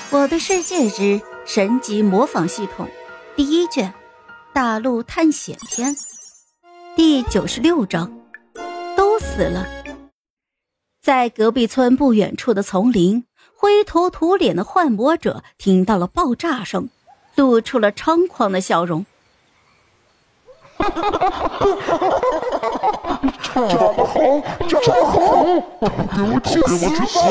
我的世界之神级模仿系统第一卷大陆探险篇第96章都死了。在隔壁村不远处的丛林，灰头土脸的幻魔者听到了爆炸声，露出了猖狂的笑容。 这么好，这么好，给我去死！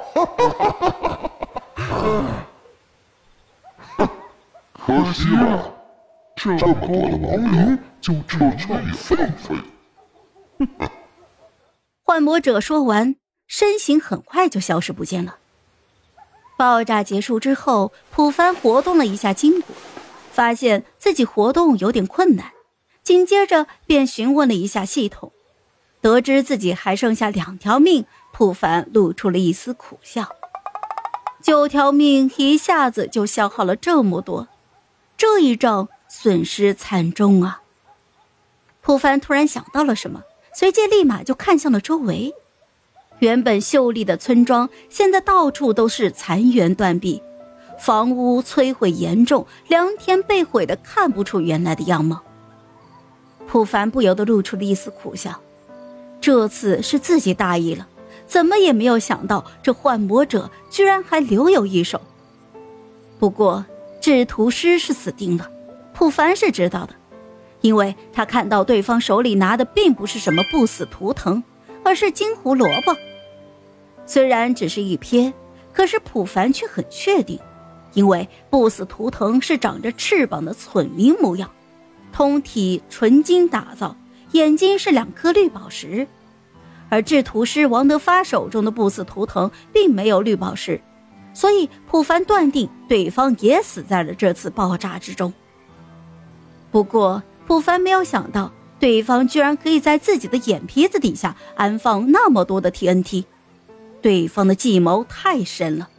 可惜了，这么多的亡灵就只差一狒狒。 幻魔者说完，身形很快就消失不见了。爆炸结束之后，普凡活动了一下筋骨，发现自己活动有点困难，紧接着便询问了一下系统，得知自己还剩下2条命，普凡露出了一丝苦笑。9条命一下子就消耗了这么多，这一仗损失惨重啊！普凡突然想到了什么，随即立马就看向了周围。原本秀丽的村庄，现在到处都是残垣断壁，房屋摧毁严重，良田被毁得看不出原来的样貌。普凡不由得露出了一丝苦笑，这次是自己大意了，怎么也没有想到这幻魔者居然还留有一手。不过制图师是死定了，普凡是知道的，因为他看到对方手里拿的并不是什么不死图腾，而是金胡萝卜。虽然只是一瞥，可是普凡却很确定，因为不死图腾是长着翅膀的村民模样，通体纯金打造，眼睛是2颗绿宝石。而制图师王德发手中的不死图腾并没有绿宝石，所以普凡断定对方也死在了这次爆炸之中。不过普凡没有想到，对方居然可以在自己的眼皮子底下安放那么多的 TNT， 对方的计谋太深了。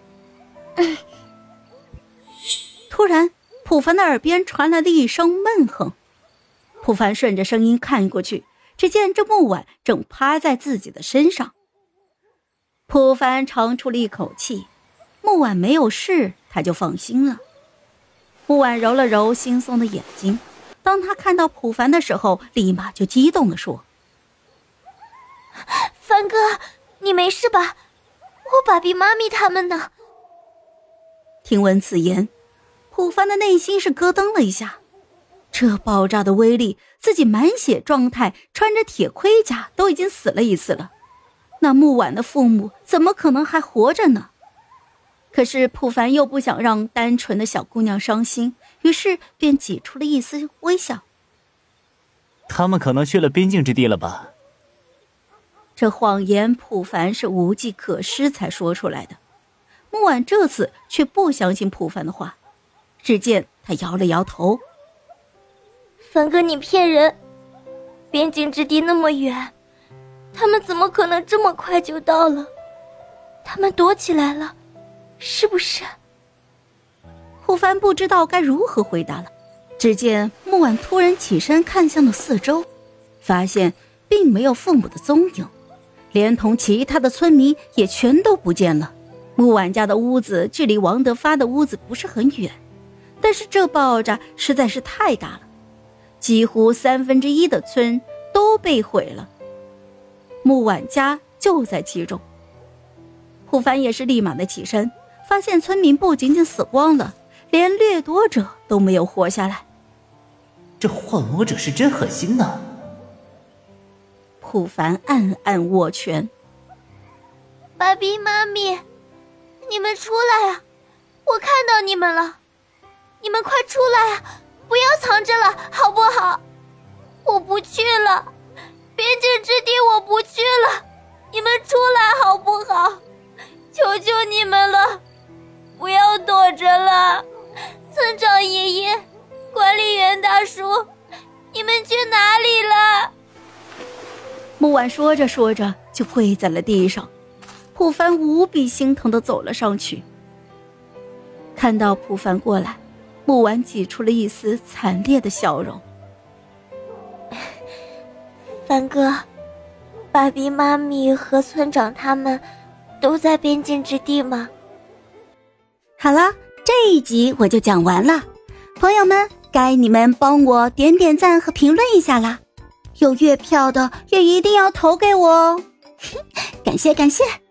突然普凡的耳边传来了一声闷哼，普凡顺着声音看过去，只见这木婉正趴在自己的身上。普凡长出了一口气，木婉没有事，他就放心了。木婉揉了揉惺忪的眼睛，当他看到普凡的时候，立马就激动地说： 凡哥，你没事吧？我爸比妈咪他们呢？ 听闻此言，普凡的内心是咯噔了一下。这爆炸的威力，自己满血状态，穿着铁盔甲都已经死了一次了，那木婉的父母怎么可能还活着呢？可是普凡又不想让单纯的小姑娘伤心，于是便挤出了一丝微笑。 他们可能去了边境之地了吧？ 这谎言普凡是无计可施才说出来的。木婉这次却不相信普凡的话，只见他摇了摇头： 凡哥，你骗人！边境之地那么远，他们怎么可能这么快就到了？他们躲起来了，是不是？ 普凡不知道该如何回答了。只见木婉突然起身看向了四周，发现并没有父母的踪影，连同其他的村民也全都不见了。木婉家的屋子距离王德发的屋子不是很远，但是这爆炸实在是太大了，几乎1/3的村都被毁了，木婉家就在其中。普凡也是立马的起身，发现村民不仅仅死光了，连掠夺者都没有活下来。 这幻魔者是真狠心呢。 普凡暗暗握拳： 爸比妈咪，你们出来啊，我看到你们了，你们快出来啊，不要藏着了好不好？我不去了，边境之地我不去了，你们出来好不好？求求你们了，不要躲着了。村长爷爷，管理员大叔，你们去哪里了？ 木婉说着说着就跪在了地上，普凡无比心疼地走了上去。看到普凡过来，木婉挤出了一丝惨烈的笑容： 凡哥，爸比妈咪和村长他们都在边境之地吗？ 好了，这一集我就讲完了，朋友们，该你们帮我点点赞和评论一下啦，有月票的也一定要投给我哦，感谢感谢。